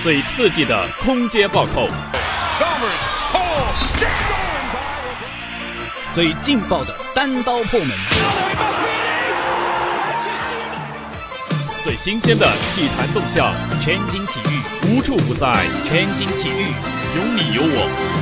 最刺激的空接暴扣， 最劲爆的单刀破门， 最新鲜的体坛动向， 全景体育无处不在， 全景体育有你有我。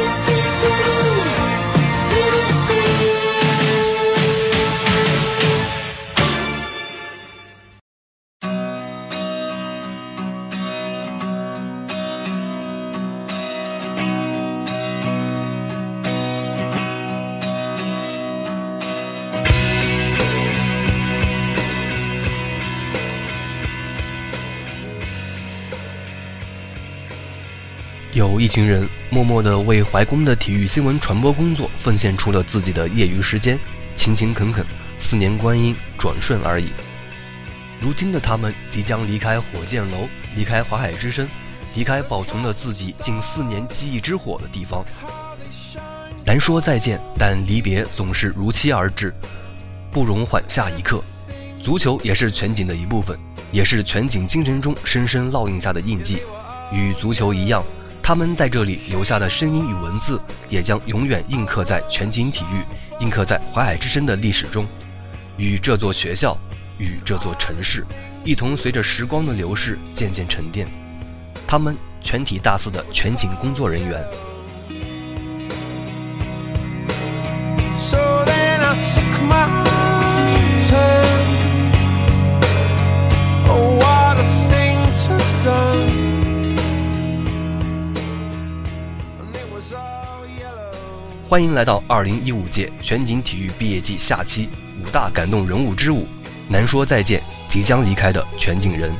有一群人默默地为怀公的体育新闻传播工作奉献出了自己的业余时间，勤勤恳恳，4年光阴转瞬而已。如今的他们即将离开火箭楼，离开华海之声，离开保存了自己近4年记忆之火的地方。难说再见，但离别总是如期而至，不容缓下一刻。足球也是全景的一部分，也是全景精神中深深烙印下的印记。与足球一样，他们在这里留下的声音与文字，也将永远印刻在全景体育，印刻在淮海之声的历史中，与这座学校，与这座城市，一同随着时光的流逝渐渐沉淀。他们全体大4的全景工作人员。 So then I took my turn. Oh, what a thing to have done. 欢迎来到2015届全景体育毕业季下期5大感动人物之5，难说再见，即将离开的全景人。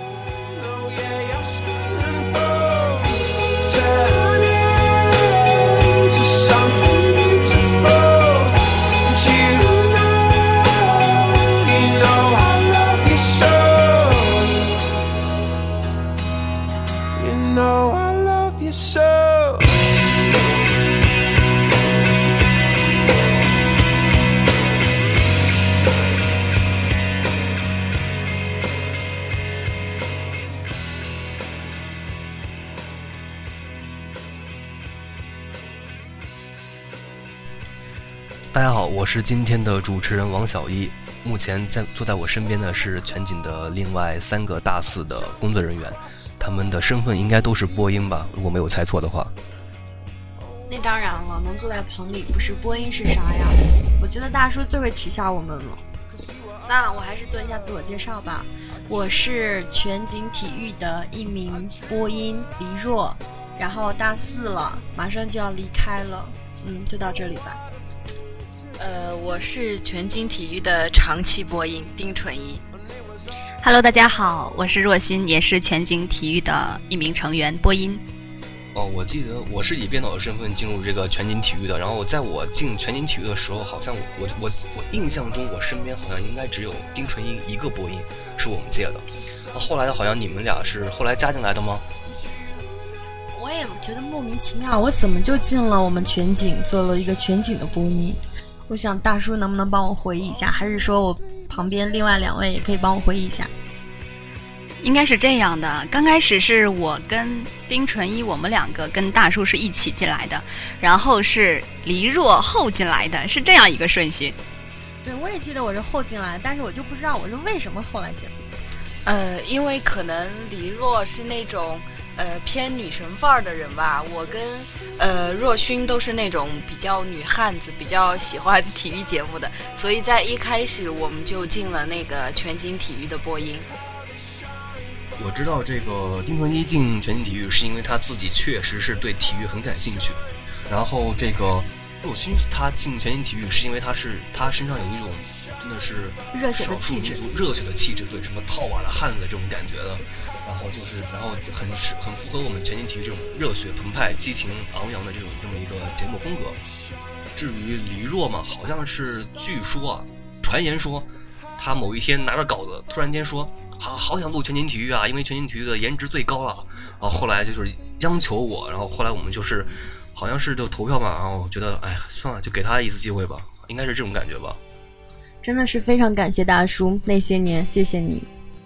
大家好，我是今天的主持人王小一。目前坐在我身边的是全景的另外3个大4的工作人员，他们的身份应该都是播音吧，如果没有猜错的话。 那当然了，能坐在棚里不是播音是啥呀？我觉得大叔最会取笑我们了。那我还是做一下自我介绍吧，我是全景体育的一名播音黎若，然后大4了，马上就要离开了，就到这里吧。 我是全景体育的长期播音丁纯一。 Hello， 大家好，我是若欣，也是全景体育的一名成员播音。 我记得我是以编导的身份进入这个全景体育的，然后在我进全景体育的时候，好像我印象中我身边好像应该只有丁纯一一个播音是我们届的。后来的好像你们俩是后来加进来的吗？ 我也觉得莫名其妙，我怎么就进了我们全景，做了一个全景的播音？我想大叔能不能帮我回忆一下，还是说我旁边另外2位也可以帮我回忆一下？ 应该是这样的，刚开始是我跟丁纯一，我们2个跟大叔是一起进来的，然后是黎若后进来的，是这样一个顺序。 对，我也记得我是后进来，但是我就不知道我是为什么后来进来。 因为可能黎若是那种偏女神范儿的人吧，我跟若勋都是那种比较女汉子，比较喜欢体育节目的，所以在一开始我们就进了那个全景体育的播音。 我知道这个丁纯一进全景体育是因为他自己确实是对体育很感兴趣，然后这个若勋他进全景体育是因为他身上有一种真的是少数民族热血的气质，对，什么套娃的汉子这种感觉的，然后很符合我们全景体育这种热血澎湃、激情昂扬的这么一个节目风格。至于黎若嘛，好像是据说传言说他某一天拿着稿子突然间说好想录全景体育啊，因为全景体育的颜值最高了，然后后来就是央求我，然后后来我们就是好像是就投票嘛，然后我觉得算了，就给他一次机会吧，应该是这种感觉吧。 真的是非常感谢大叔那些年，谢谢你。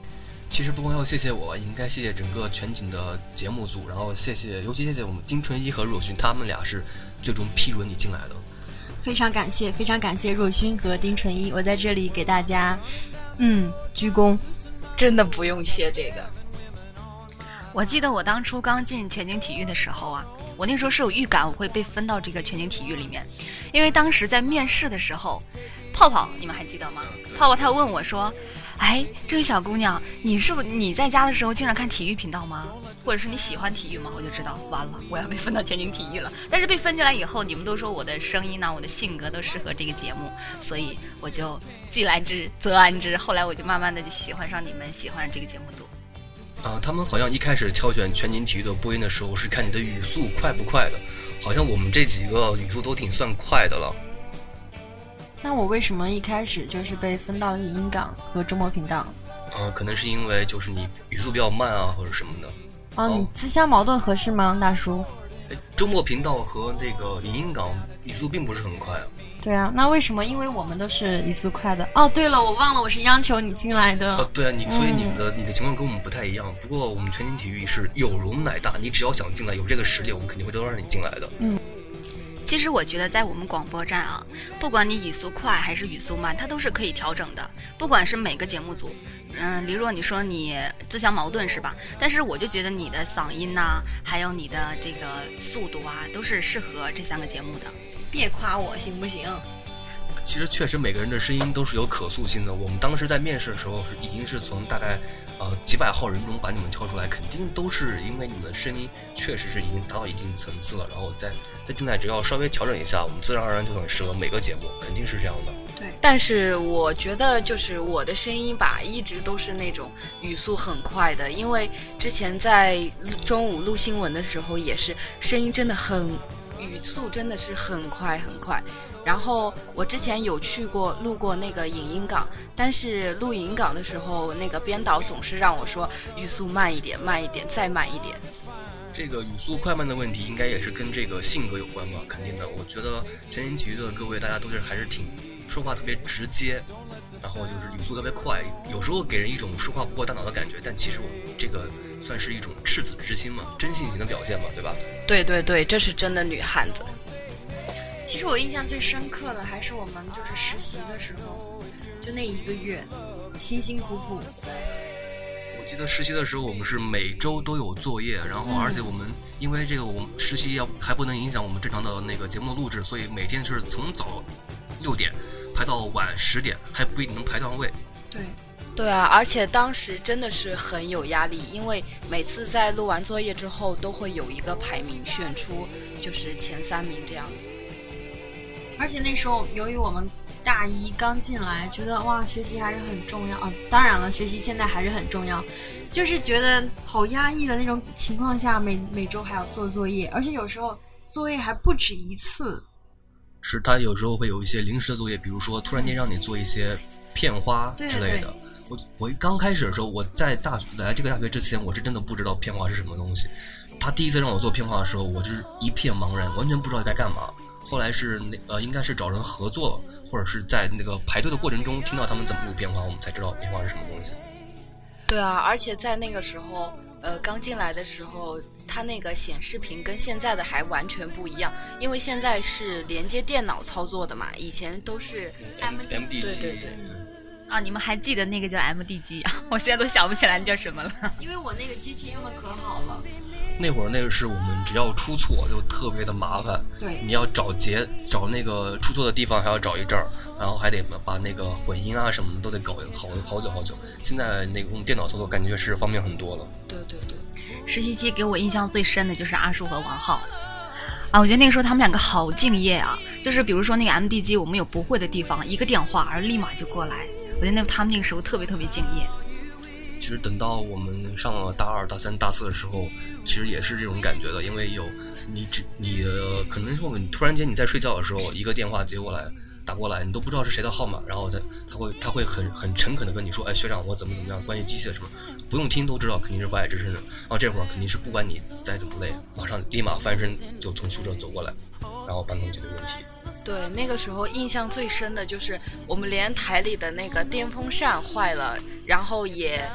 其实不光要谢谢我，应该谢谢整个全景的节目组，然后尤其谢谢我们丁纯一和若勋，他们俩是最终批准你进来的。 非常感谢若勋和丁纯一，我在这里给大家鞠躬。 真的不用谢这个。 我记得我当初刚进全景体育的时候啊，我那时候是有预感我会被分到这个全景体育里面，因为当时在面试的时候，泡泡你们还记得吗？泡泡他问我说，哎，这位小姑娘，你在家的时候经常看体育频道吗？或者是你喜欢体育吗？我就知道完了，我要被分到全景体育了。但是被分进来以后，你们都说我的声音我的性格都适合这个节目，所以我就既来之则安之。后来我就慢慢的就喜欢上你们，喜欢上这个节目组。 他们好像一开始挑选全景体育的播音的时候是看你的语速快不快的，好像我们这几个语速都挺算快的了。 那我为什么一开始就是被分到了影音港和周末频道？ 可能是因为就是你语速比较慢啊，或者什么的。 你自相矛盾合适吗，大叔？ 周末频道和那个影音港语速并不是很快啊。 对啊，那为什么？因为我们都是语速快的。哦，对了，我忘了我是央求你进来的。 对啊，所以你的情况跟我们不太一样。不过我们全景体育是有容乃大，你只要想进来，有这个实力，我们肯定会都让你进来的。 其实我觉得在我们广播站啊，不管你语速快还是语速慢，它都是可以调整的。不管是每个节目组，黎若你说你自相矛盾是吧？但是我就觉得你的嗓音还有你的这个速度都是适合这3个节目的。 别夸我行不行？ 其实确实每个人的声音都是有可塑性的。我们当时在面试的时候已经是从大概几百号人中把你们挑出来，肯定都是因为你们的声音确实是已经达到一定层次了，然后再进来只要稍微调整一下，我们自然而然就很适合每个节目，肯定是这样的。 对，但是我觉得就是我的声音一直都是那种语速很快的，因为之前在中午录新闻的时候也是声音真的语速真的是很快很快。然后我之前有录过那个影音港，但是录影音港的时候，那个编导总是让我说语速慢一点，再慢一点。 这个语速快慢的问题应该也是跟这个性格有关吧？肯定的。我觉得全景体育的各位大家都是还是挺说话特别直接，然后就是语速特别快，有时候给人一种说话不过大脑的感觉，但其实我们这个算是一种赤子之心嘛，真性情的表现嘛，对吧？ 对，这是真的女汉子。 其实我印象最深刻的还是我们就是实习的时候，就那1个月辛辛苦苦。 我记得实习的时候我们是每周都有作业，然后而且我们因为这个我们实习还不能影响我们正常的那个节目的录制，所以每天是从早6点排到晚10点，还不一定能排到位。 对啊，而且当时真的是很有压力，因为每次在录完作业之后都会有一个排名选出就是前3名这样子。 而且那时候由于我们大一刚进来，觉得哇学习还是很重要啊。当然了，学习现在还是很重要，就是觉得好压抑的那种情况下，每周还要做作业，而且有时候作业还不止1次。 是他有时候会有一些临时的作业，比如说突然间让你做一些片花之类的。我刚开始的时候，我在来这个大学之前，我是真的不知道片花是什么东西。他第一次让我做片花的时候，我就是一片茫然，完全不知道该干嘛。后来是应该是找人合作，或者是在那个排队的过程中听到他们怎么录片花，我们才知道片花是什么东西。 对啊，而且在那个时候刚进来的时候，它那个显示屏跟现在的还完全不一样，因为现在是连接电脑操作的嘛，以前都是 MD 机。 对你们还记得那个叫 MD 机啊？我现在都想不起来叫什么了。 因为我那个机器用的可好了。 那会儿那个是我们只要出错就特别的麻烦， 对， 你要找那个出错的地方还要找一阵儿，然后还得把那个混音啊什么的都得搞好久。现在那个用电脑操作感觉是方便很多了。 对。 实习期给我印象最深的就是阿树和王浩我觉得那个时候他们2个好敬业啊，就是比如说那个 MD 机我们有不会的地方，一个电话而立马就过来，我觉得他们那个时候特别特别敬业。 其实等到我们上了大2、大3、大4的时候，其实也是这种感觉的，因为有你可能说你突然间你在睡觉的时候，一个电话打过来，你都不知道是谁的号码，然后他会很诚恳的跟你说，哎，学长，我怎么样，关于机器的什么，不用听都知道，肯定是外来之声的。然后这会儿肯定是不管你再怎么累，马上立马翻身就从宿舍走过来，然后帮他们解决问题。 对，那个时候印象最深的就是我们连台里的那个电风扇坏了，然后也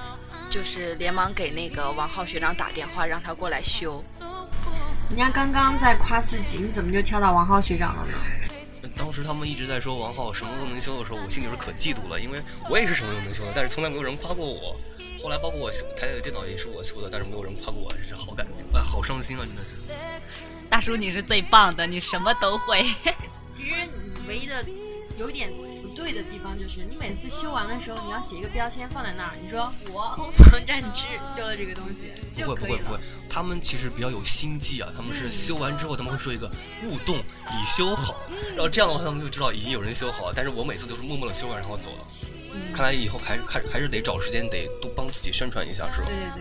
就是连忙给那个王浩学长打电话，让他过来修。 人家刚刚在夸自己，你怎么就跳到王浩学长了呢？ 当时他们一直在说王浩什么都能修的时候，我心里是可嫉妒了，因为我也是什么都能修的，但是从来没有人夸过我。后来包括我台里的电脑也是我修的，但是没有人夸过我，真是好感动，好伤心啊，真的是。 大叔你是最棒的，你什么都会。 其实你唯一的有点不对的地方就是，你每次修完的时候，你要写一个标签放在那儿，你说我王占志修了这个东西就可以了。 不会，他们其实比较有心机啊，他们是修完之后他们会说一个勿动已修好，然后这样的话他们就知道已经有人修好了。但是我每次都是默默的修完然后走了。看来以后还是得找时间得多帮自己宣传一下，是吧？ 对。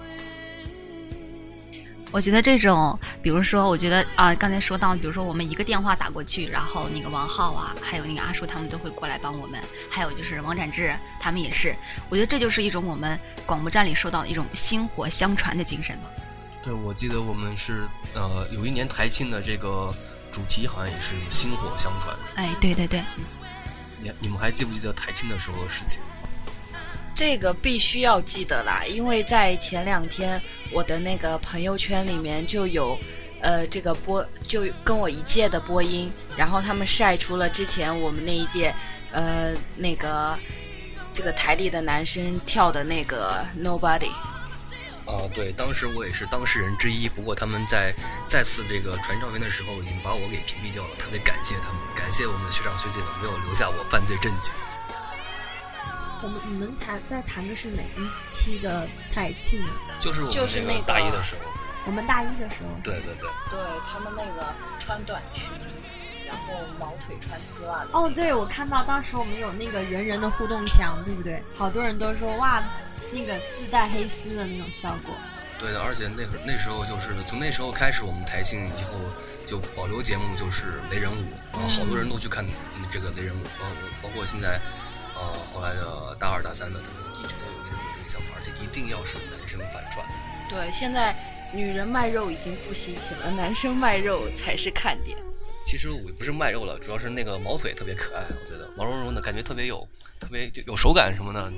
我觉得这种，比如说，我觉得刚才说到，比如说我们一个电话打过去，然后那个王浩啊，还有那个阿叔他们都会过来帮我们，还有就是王展志他们也是，我觉得这就是一种我们广播站里受到的一种薪火相传的精神嘛。 对，我记得我们是有一年台庆的这个主题好像也是薪火相传。 哎，对。 你们还记不记得台庆的时候的事情？ 这个必须要记得啦，因为在前2天我的那个朋友圈里面就有这个就跟我一届的播音，然后他们晒出了之前我们那一届那个这个台里的男生跳的那个 Nobody。 对，当时我也是当事人之一，不过他们在再次这个传照片的时候已经把我给屏蔽掉了，特别感谢他们，感谢我们的学长学姐们没有留下我犯罪证据。 你们在谈的是哪一期的台庆呢？ 就是我们那个大一的时候。 我们大一的时候。 对，他们那个穿短裙，然后毛腿穿丝袜。 哦，对，我看到当时我们有那个人人的互动墙，对不对？好多人都说哇，那个自带黑丝的那种效果。 对的，而且那时候就是从那时候开始，我们台庆以后就保留节目就是雷人舞，然后好多人都去看这个雷人舞，包括现在。后来的大2、大3的，他们一直都有雷人舞这个想法，而且一定要是男生反串。 对，现在女人卖肉已经不稀奇了，男生卖肉才是看点。 其实我不是卖肉了，主要是那个毛腿特别可爱，我觉得毛茸茸的感觉特别有手感什么的。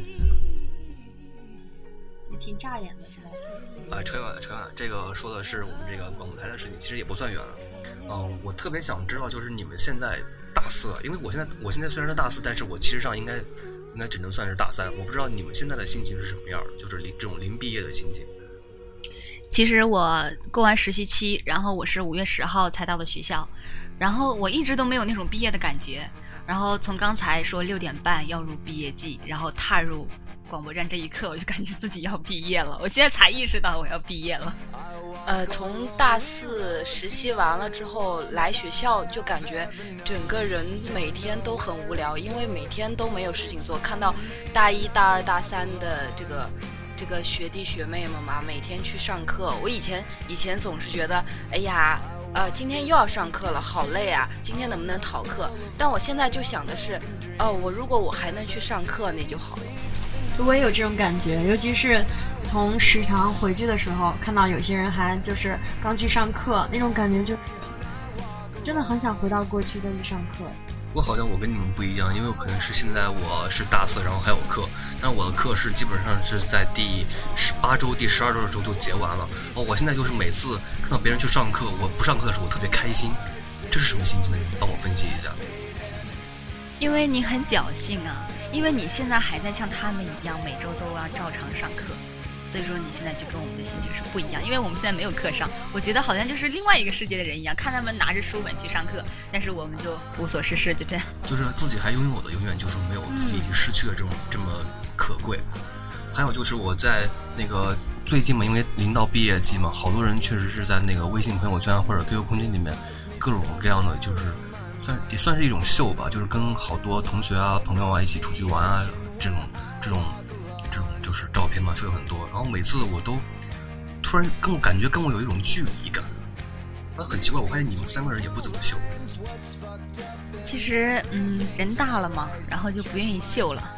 也挺扎眼的，是吧？ 扯远了，这个说的是我们这个广播台的事情，其实也不算远了。我特别想知道，就是你们现在大4了，因为我现在虽然是大4，但是我其实上应该只能算是大3。我不知道你们现在的心情是什么样的，就是这种临毕业的心情。 其实我过完实习期，然后我是5月10号才到的学校，然后我一直都没有那种毕业的感觉。然后从刚才说6点半要入毕业季，然后踏入广播站这一刻，我就感觉自己要毕业了。我现在才意识到我要毕业了。 从大4实习完了之后来学校，就感觉整个人每天都很无聊，因为每天都没有事情做。看到大1、大2、大3的这个学弟学妹们嘛，每天去上课。我以前总是觉得，哎呀，今天又要上课了，好累啊！今天能不能逃课？但我现在就想的是，如果我还能去上课，那就好了。 我也有这种感觉，尤其是从食堂回去的时候，看到有些人还就是刚去上课，那种感觉就是真的很想回到过去再去上课。 不过好像我跟你们不一样，因为可能是现在我是大4，然后还有课，但我的课是基本上是在第18周、第12周的时候就结完了。我现在就是每次看到别人去上课，我不上课的时候我特别开心，这是什么心情呢？你们帮我分析一下。 因为你很侥幸啊，因为你现在还在像他们一样每周都要照常上课，所以说你现在就跟我们的心情是不一样。因为我们现在没有课上，我觉得好像就是另外一个世界的人一样，看他们拿着书本去上课，但是我们就无所事事，就这样。 就是自己还拥有的永远就是没有自己已经失去了这么可贵。还有就是我在那个最近嘛，因为临到毕业季嘛，好多人确实是在那个微信朋友圈或者 QQ 空间里面各种各样的就是也算是一种秀吧，就是跟好多同学啊朋友啊一起出去玩啊，这种就是照片嘛，秀了很多。然后每次我都突然感觉跟我有一种距离感，很奇怪，我发现你们3个人也不怎么秀。 其实人大了嘛，然后就不愿意秀了。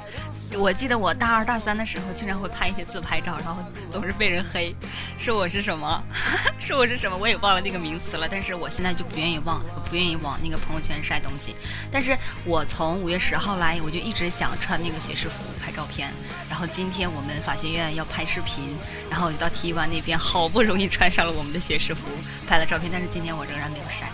我记得我大二大三的时候经常会拍一些自拍照，然后总是被人黑，说我是什么说我是什么，我也忘了那个名词了，但是我现在就不愿意往那个朋友圈晒东西。但是我从5月10号来，我就一直想穿那个学士服拍照片，然后今天我们法学院要拍视频，然后我就到体育馆那边好不容易穿上了我们的学士服拍了照片，但是今天我仍然没有晒。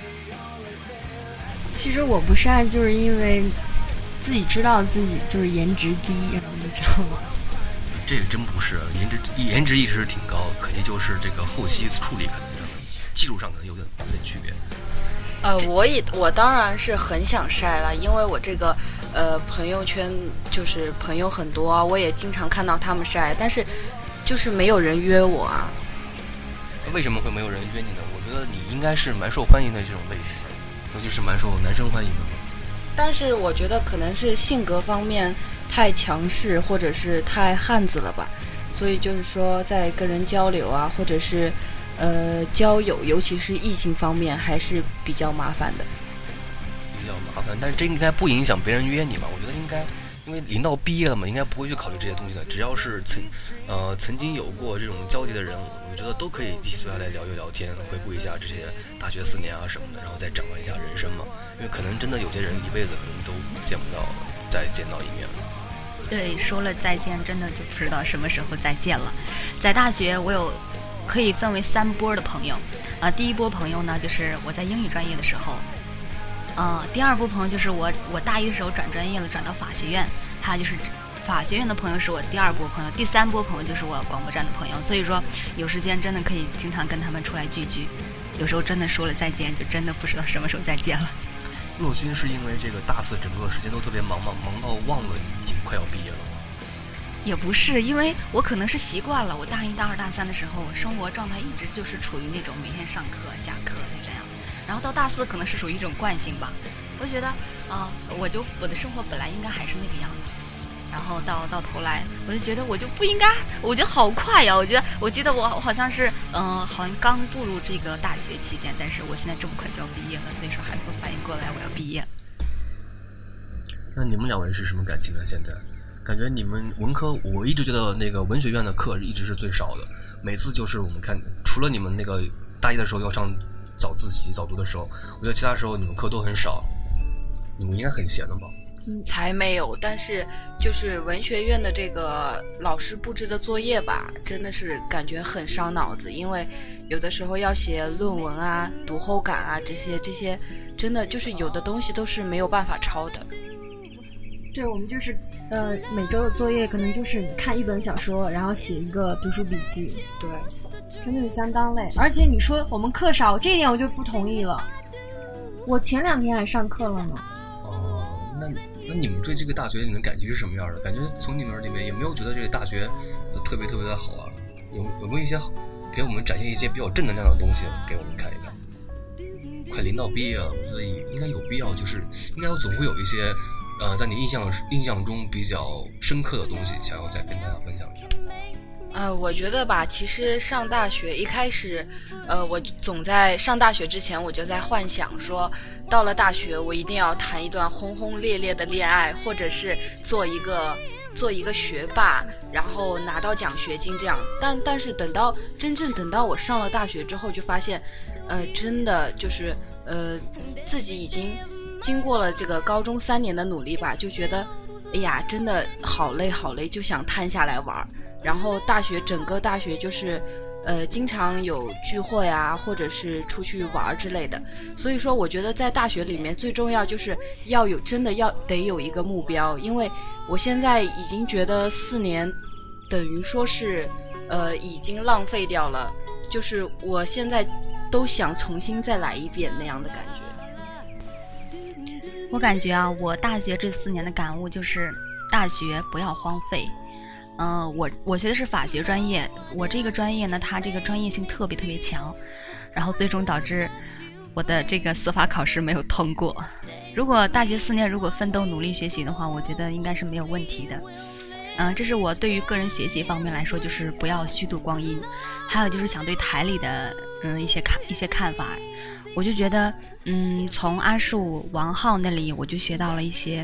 其实我不晒就是因为自己知道自己就是颜值低，然后你知道吗？ 这个真不是颜值一直是挺高，可惜就是这个后期处理可能技术上可能有点区别。 我当然是很想晒了，因为我这个朋友圈就是朋友很多啊，我也经常看到他们晒，但是就是没有人约我啊。 为什么会没有人约你呢？我觉得你应该是蛮受欢迎的这种类型的，尤其是蛮受男生欢迎的。 但是我觉得可能是性格方面太强势，或者是太汉子了吧，所以就是说在跟人交流啊，或者是交友，尤其是异性方面还是比较麻烦的。 比较麻烦，但是这应该不影响别人约你吧？我觉得应该，因为临到毕业了嘛，应该不会去考虑这些东西的。只要是曾经有过这种交集的人，我觉得都可以一起坐下来聊一聊天，回顾一下这些大学4年啊什么的，然后再展望一下人生嘛。因为可能真的有些人一辈子可能都见不到再见到一面了。 对，说了再见，真的就不知道什么时候再见了。在大学，我有可以分为3波的朋友啊。第一波朋友呢，就是我在英语专业的时候，第二波朋友就是我大一的时候转专业了，转到法学院，他就是法学院的朋友是我第2波朋友，第3波朋友就是我广播站的朋友。所以说，有时间真的可以经常跟他们出来聚聚。有时候真的说了再见，就真的不知道什么时候再见了。 若勋是因为这个大4整个时间都特别忙到忘了你已经快要毕业了。 也不是，因为我可能是习惯了，我大1、大2、大3的时候，生活状态一直就是处于那种每天上课、下课就这样。然后到大4可能是属于一种惯性吧，我觉得我的生活本来应该还是那个样子。然后到头来，我就觉得我就不应该，我觉得好快呀！我记得我好像是好像刚步入这个大学期间，但是我现在这么快就要毕业了，所以说还没有反应过来我要毕业。 那你们2位是什么感情呢？现在感觉你们文科，我一直觉得那个文学院的课一直是最少的，每次就是我们看，除了你们那个大一的时候要上早自习早读的时候，我觉得其他时候你们课都很少，你们应该很闲的吧？ 才没有，但是就是文学院的这个老师布置的作业吧，真的是感觉很伤脑子，因为有的时候要写论文啊、读后感啊，这些真的就是有的东西都是没有办法抄的。 对，我们就是每周的作业可能就是看一本小说，然后写一个读书笔记。对，真的是相当累。而且你说我们课少，这一点我就不同意了。我前2天还上课了呢。 那你们对这个大学你们感情是什么样的？感觉从你们里面有没有觉得这个大学特别的好啊？有没有一些给我们展现一些比较正能量的东西给我们看一看？快临到毕业了，我觉得应该有必要，就是应该总会有一些在你印象中比较深刻的东西，想要再跟大家分享一下。 我觉得吧，其实上大学一开始，我总在上大学之前，我就在幻想说，到了大学，我一定要谈一段轰轰烈烈的恋爱，或者是做一个学霸，然后拿到奖学金这样。但是等到我上了大学之后，就发现，真的就是自己已经经过了这个高中3年的努力吧，就觉得，哎呀，真的好累，就想摊下来玩。然后整个大学就是经常有聚会啊，或者是出去玩之类的。所以说我觉得在大学里面最重要就是得有一个目标，因为我现在已经觉得4年等于说是已经浪费掉了，就是我现在都想重新再来一遍那样的感觉。 我感觉啊，我大学这4年的感悟就是大学不要荒废。我学的是法学专业，我这个专业呢，它这个专业性特别强，然后最终导致我的这个司法考试没有通过。如果大学4年如果奋斗努力学习的话，我觉得应该是没有问题的。这是我对于个人学习方面来说，就是不要虚度光阴。还有就是想对台里的一些看法，我就觉得从阿树、王浩那里我就学到了一些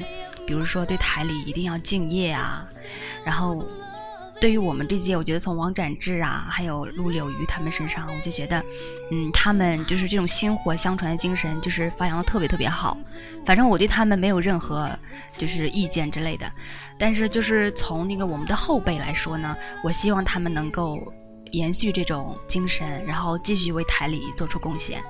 比如说对台里一定要敬业啊，然后对于我们这届，我觉得从王展志啊，还有陆柳鱼他们身上，我就觉得，他们就是这种薪火相传的精神，就是发扬的特别特别好。反正我对他们没有任何就是意见之类的，但是就是从那个我们的后辈来说呢，我希望他们能够延续这种精神，然后继续为台里做出贡献。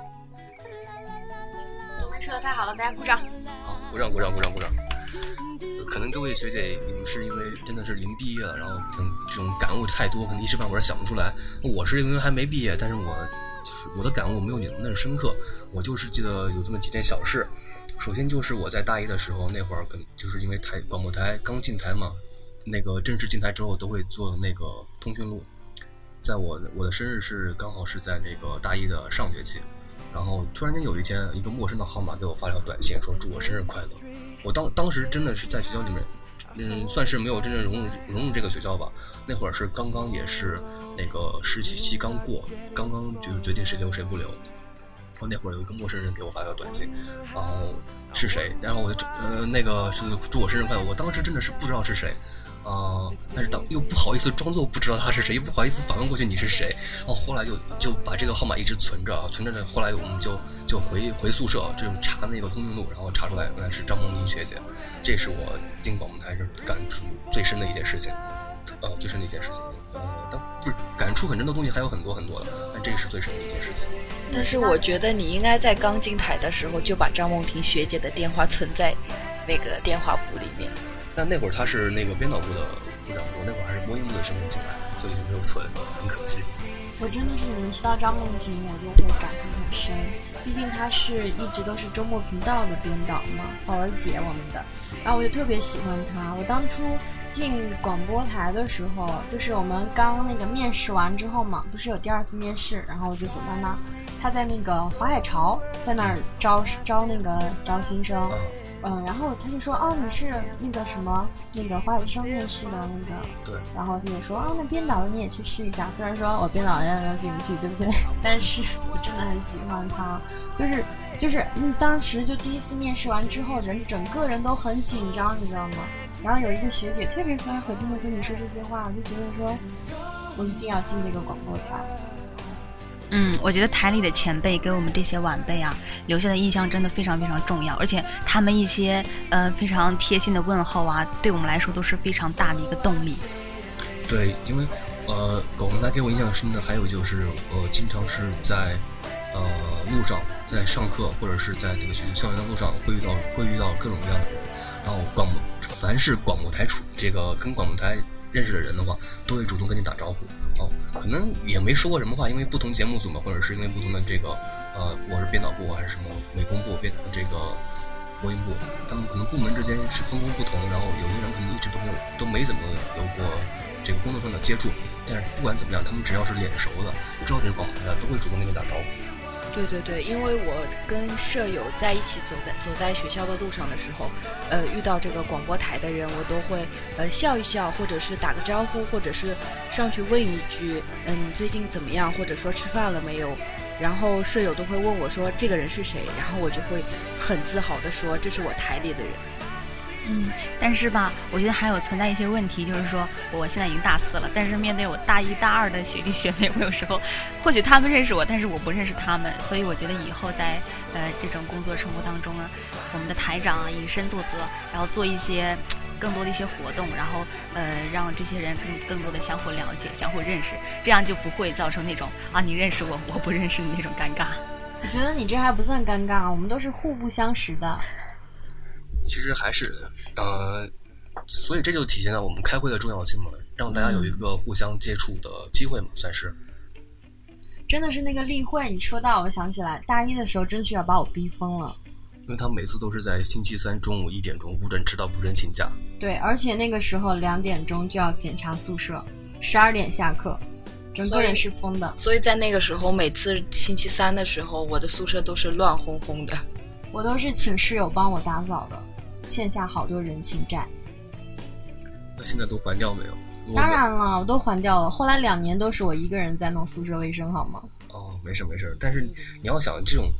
董梅说的太好了，大家鼓掌。 好，鼓掌。可能各位学姐，你们是因为真的是临毕业了，然后可能这种感悟太多，可能一时半会儿想不出来。我是因为还没毕业，但是我的感悟没有你们那么深刻。我就是记得有这么几件小事。首先就是我在大一的时候，那会儿就是因为广播台刚进台嘛，那个正式进台之后都会做那个通讯录。在我的生日是刚好是在那个大一的上学期，然后突然间有一天，一个陌生的号码给我发了条短信，说祝我生日快乐。我当时真的是在学校里面，算是没有真正融入这个学校吧。那会儿是刚刚也是那个实习期刚过，刚刚就是决定谁留谁不留。然后那会儿有一个陌生人给我发了个短信，然后是谁？然后我就那个是祝我生日快乐。我当时真的是不知道是谁。但是又不好意思装作不知道他是谁，又不好意思反问过去你是谁，然后后来就把这个号码一直存着，后来我们就回宿舍就查那个通讯录，然后查出来原来是张梦妮学姐，这是我进广播台是感触最深的一件事情，最深的一件事情。但不是感触很深的东西还有很多很多的，但这是最深的一件事情。 但是我觉得你应该在刚进台的时候就把张梦婷学姐的电话存在那个电话簿里面。 但那会儿他是那个编导部的部长，我那会儿还是播音部的身份进来的，所以就没有存，很可惜。 我真的是你们提到张梦婷，我就会感触很深，毕竟她是一直都是周末频道的编导嘛，宝儿姐我们的，然后我就特别喜欢她。我当初进广播台的时候，就是我们刚那个面试完之后嘛，不是有第2次面试，然后我就走到那，她在那个华海潮在那儿招新生。然后他就说你是那个什么那个华语生面试的那个， 对，然后他就说那编导的你也去试一下，虽然说我编导要进不去，对不对？但是我真的很喜欢他，就是当时就第1次面试完之后，整个人都很紧张，你知道吗？然后有一个学姐特别和蔼可亲的跟你说这些话，我就觉得说我一定要进这个广播台。 我觉得台里的前辈给我们这些晚辈啊留下的印象真的非常非常重要，而且他们一些非常贴心的问候啊，对我们来说都是非常大的一个动力。 对，因为广播台给我印象深的还有就是经常是在路上，在上课或者是在这个校园的路上会遇到各种各样的人，然后凡是广播台这个跟广播台认识的人的话，都会主动跟你打招呼。可能也没说过什么话，因为不同节目组嘛，或者是因为不同的这个我是编导部还是什么美工部这个播音部，他们可能部门之间是分工不同，然后有的人可能一直都没怎么有过这个工作上的接触，但是不管怎么样，他们只要是脸熟的，知道这是广播台的，都会主动跟你打招呼。 对，因为我跟舍友在一起走在学校的路上的时候，遇到这个广播台的人，我都会笑一笑，或者是打个招呼，或者是上去问一句你最近怎么样，或者说吃饭了没有，然后舍友都会问我说这个人是谁，然后我就会很自豪的说这是我台里的人。 但是吧，我觉得还有存在一些问题，就是说我现在已经大4了，但是面对我大1、大2的学弟学妹，我有时候或许他们认识我，但是我不认识他们，所以我觉得以后在这种工作生活当中呢，我们的台长啊以身作则，然后做一些更多的一些活动，然后让这些人更多的相互了解、相互认识，这样就不会造成那种你认识我，我不认识你那种尴尬。 我觉得你这还不算尴尬，我们都是互不相识的。 其实还是所以这就体现了我们开会的重要性嘛，让大家有一个互相接触的机会嘛，算是。 真的是那个例会，你说到我想起来，大1的时候真是要把我逼疯了， 因为他们每次都是在星期3中午1点钟不准迟到不准请假。 对，而且那个时候2点钟就要检查宿舍，12点下课，整个人是疯的。 所以在那个时候，每次星期3的时候，我的宿舍都是乱哄哄的， 我都是请室友帮我打扫的，欠下好多人情债。 那现在都还掉没有？ 当然了，我都还掉了。后来2年都是我一个人在弄宿舍卫生，好吗？ 没事。但是你要想，这种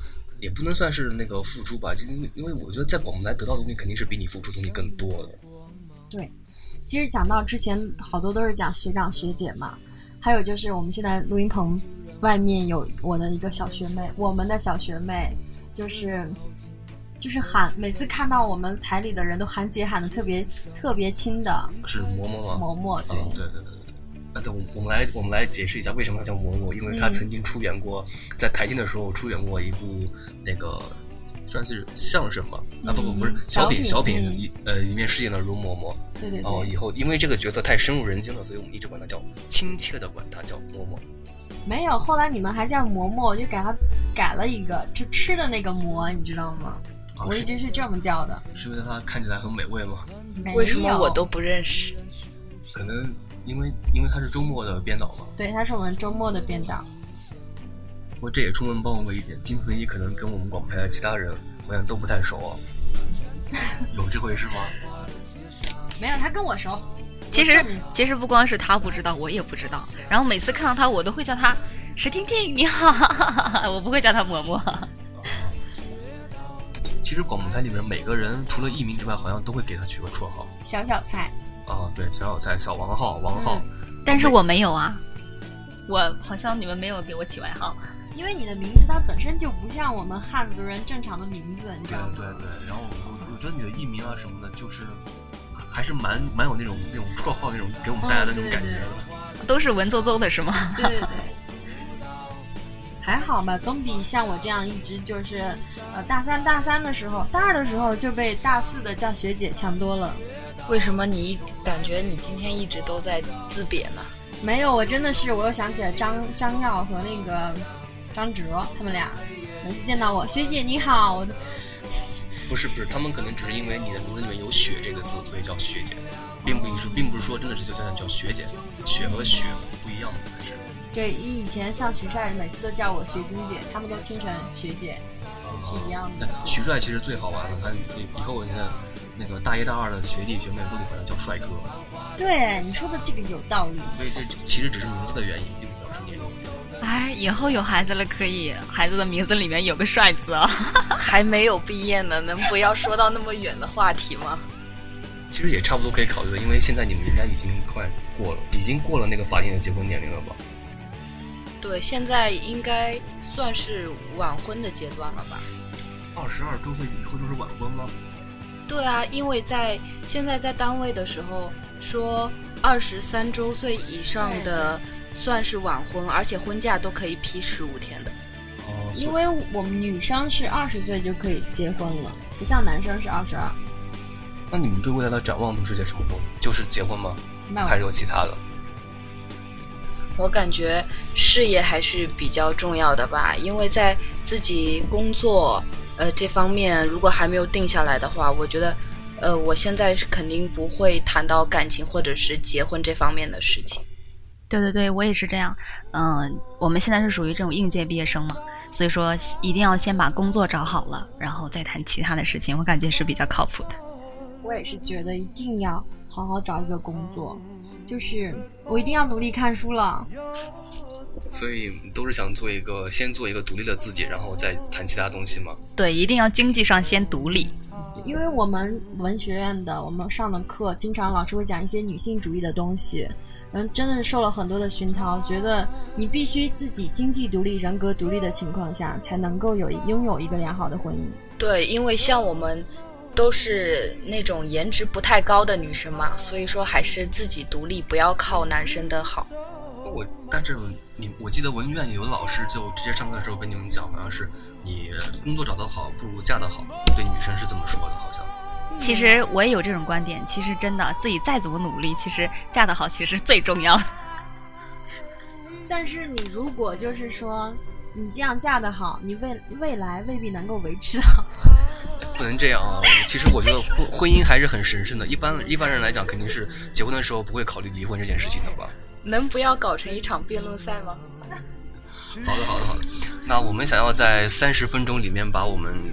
也不能算是那个付出吧，因为我觉得在广播台得到的东西肯定是比你付出的东西更多的。 对，其实讲到之前好多都是讲学长学姐嘛，还有就是我们现在录音棚外面有我的一个小学妹，我们的小学妹就是喊，每次看到我们台里的人都喊姐喊的特别亲的，是嬷嬷吗？ 嬷嬷，对、 对。对，我们来解释一下为什么它叫嬷嬷，因为她曾经出演过，在台庆的时候出演过一部那个算是相声吧，不是小品，里面饰演了容嬷嬷。 对。 以后因为这个角色太深入人心了，所以我们一直管她叫亲切的管她叫嬷嬷。 没有，后来你们还叫嬷嬷，我就给她改了一个，就吃的那个馍，你知道吗？我一直是这么叫的。 是因为她看起来很美味吗？ 为什么我都不认识？ 可能因为他是周末的编导嘛。 对，他是我们周末的编导。 不过这也充分暴露了一点，金盆一可能跟我们广播台的其他人好像都不太熟啊。有这回事吗？ 没有，他跟我熟。 其实不光是他不知道，我也不知道。然后每次看到他，我都会叫他石婷婷你好，我不会叫他嬷嬷。 其实广播台里面每个人除了艺名之外，好像都会给他取个绰号。 小菜。 对，小菜、小王浩。 但是我没有啊，我好像你们没有给我起外号， 因为你的名字它本身就不像我们汉族人正常的名字，你知道吗？ 对。然后我觉得你的艺名啊什么的，就是还是蛮有那种绰号那种给我们带来的那种感觉的。 都是文绉绉的是吗？ 对。还好吧，总比像我这样一直就是大三的时候，大二的时候就被大四的叫学姐强多了。 为什么你感觉你今天一直都在自贬呢？ 没有，我真的是，我又想起了张耀和那个张哲，他们俩每次见到我，学姐你好。 不是，他们可能只是因为你的名字里面有雪这个字，所以叫学姐，并不是说真的是叫学姐，雪和雪不一样的，还是。对， 以前像徐帅每次都叫我学晶姐，他们都听成学姐，是一样的。 徐帅其实最好玩了，他以后你看。那个大一大二的学弟学妹都得管他叫帅哥。 对，你说的这个有道理。 所以这其实只是名字的原因，并不表示年龄。 哎，以后有孩子了，可以孩子的名字里面有个帅字啊。 还没有毕业呢，能不要说到那么远的话题吗？ 其实也差不多可以考虑的，因为现在你们应该已经过了那个法定的结婚年龄了吧？ 对，现在应该算是晚婚的阶段了吧 ？22周岁以后就是晚婚吗？ 对啊，因为现在在单位的时候说23周岁以上的算是晚婚，而且婚假都可以批15天的。 因为我们女生是20岁就可以结婚了，不像男生是22。 那你们对未来的展望都是些什么东西？就是结婚吗？还是有其他的？ 我感觉事业还是比较重要的吧，因为在自己工作这方面如果还没有定下来的话，我觉得我现在是肯定不会谈到感情或者是结婚这方面的事情。 对，我也是这样。我们现在是属于这种应届毕业生嘛，所以说一定要先把工作找好了，然后再谈其他的事情，我感觉是比较靠谱的。 我也是觉得一定要好好找一个工作，就是我一定要努力看书了。 所以都是想先做一个独立的自己，然后再谈其他东西吗？ 对，一定要经济上先独立。 因为我们文学院的我们上的课经常老师会讲一些女性主义的东西，然后真的是受了很多的熏陶，觉得你必须自己经济独立人格独立的情况下才能够拥有一个良好的婚姻。 对，因为像我们都是那种颜值不太高的女生嘛，所以说还是自己独立，不要靠男生的好。 但是我记得文院有老师就直接上课的时候跟你们讲，好像是你工作找得好不如嫁得好，对女生是这么说的，好像。 其实我也有这种观点，其实真的自己再怎么努力，其实嫁得好其实最重要。 但是你如果就是说你这样嫁得好，你未来未必能够维持好。 不能这样啊！其实我觉得婚姻还是很神圣的，一般人来讲肯定是结婚的时候不会考虑离婚这件事情的吧？ 能不要搞成一场辩论赛吗？ 好的。那我们想要在30分钟里面把我们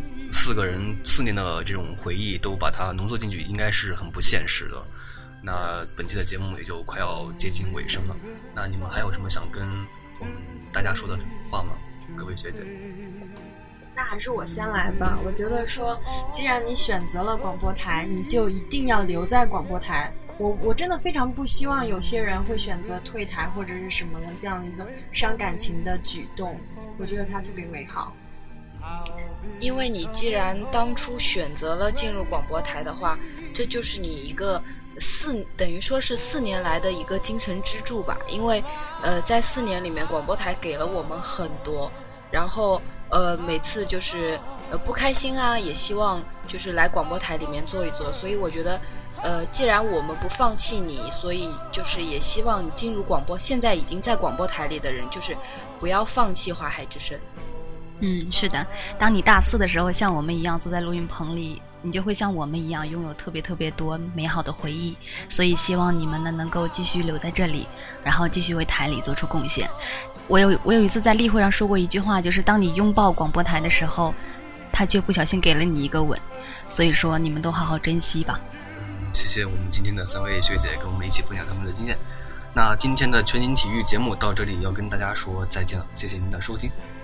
4年的这种回忆都把它浓缩进去，应该是很不现实的。那本期的节目也就快要接近尾声了。那你们还有什么想跟我们大家说的话吗？各位学姐。 那还是我先来吧。我觉得说，既然你选择了广播台，你就一定要留在广播台。我真的非常不希望有些人会选择退台或者是什么的这样的一个伤感情的举动。我觉得它特别美好。 因为你既然当初选择了进入广播台的话，这就是你一个等于说是4年来的一个精神支柱吧。因为在4年里面，广播台给了我们很多，然后每次就是不开心啊，也希望就是来广播台里面坐一坐。所以我觉得既然我们不放弃你，所以就是也希望你进入广播，现在已经在广播台里的人，就是不要放弃华海之声。 是的，当你大4的时候，像我们一样坐在录音棚里，你就会像我们一样拥有特别特别多美好的回忆。所以希望你们呢能够继续留在这里，然后继续为台里做出贡献。我有一次在例会上说过一句话，就是当你拥抱广播台的时候，他就不小心给了你一个吻。所以说你们都好好珍惜吧。 谢谢我们今天的3位学姐跟我们一起分享他们的经验。那今天的全景体育节目到这里要跟大家说再见了，谢谢您的收听。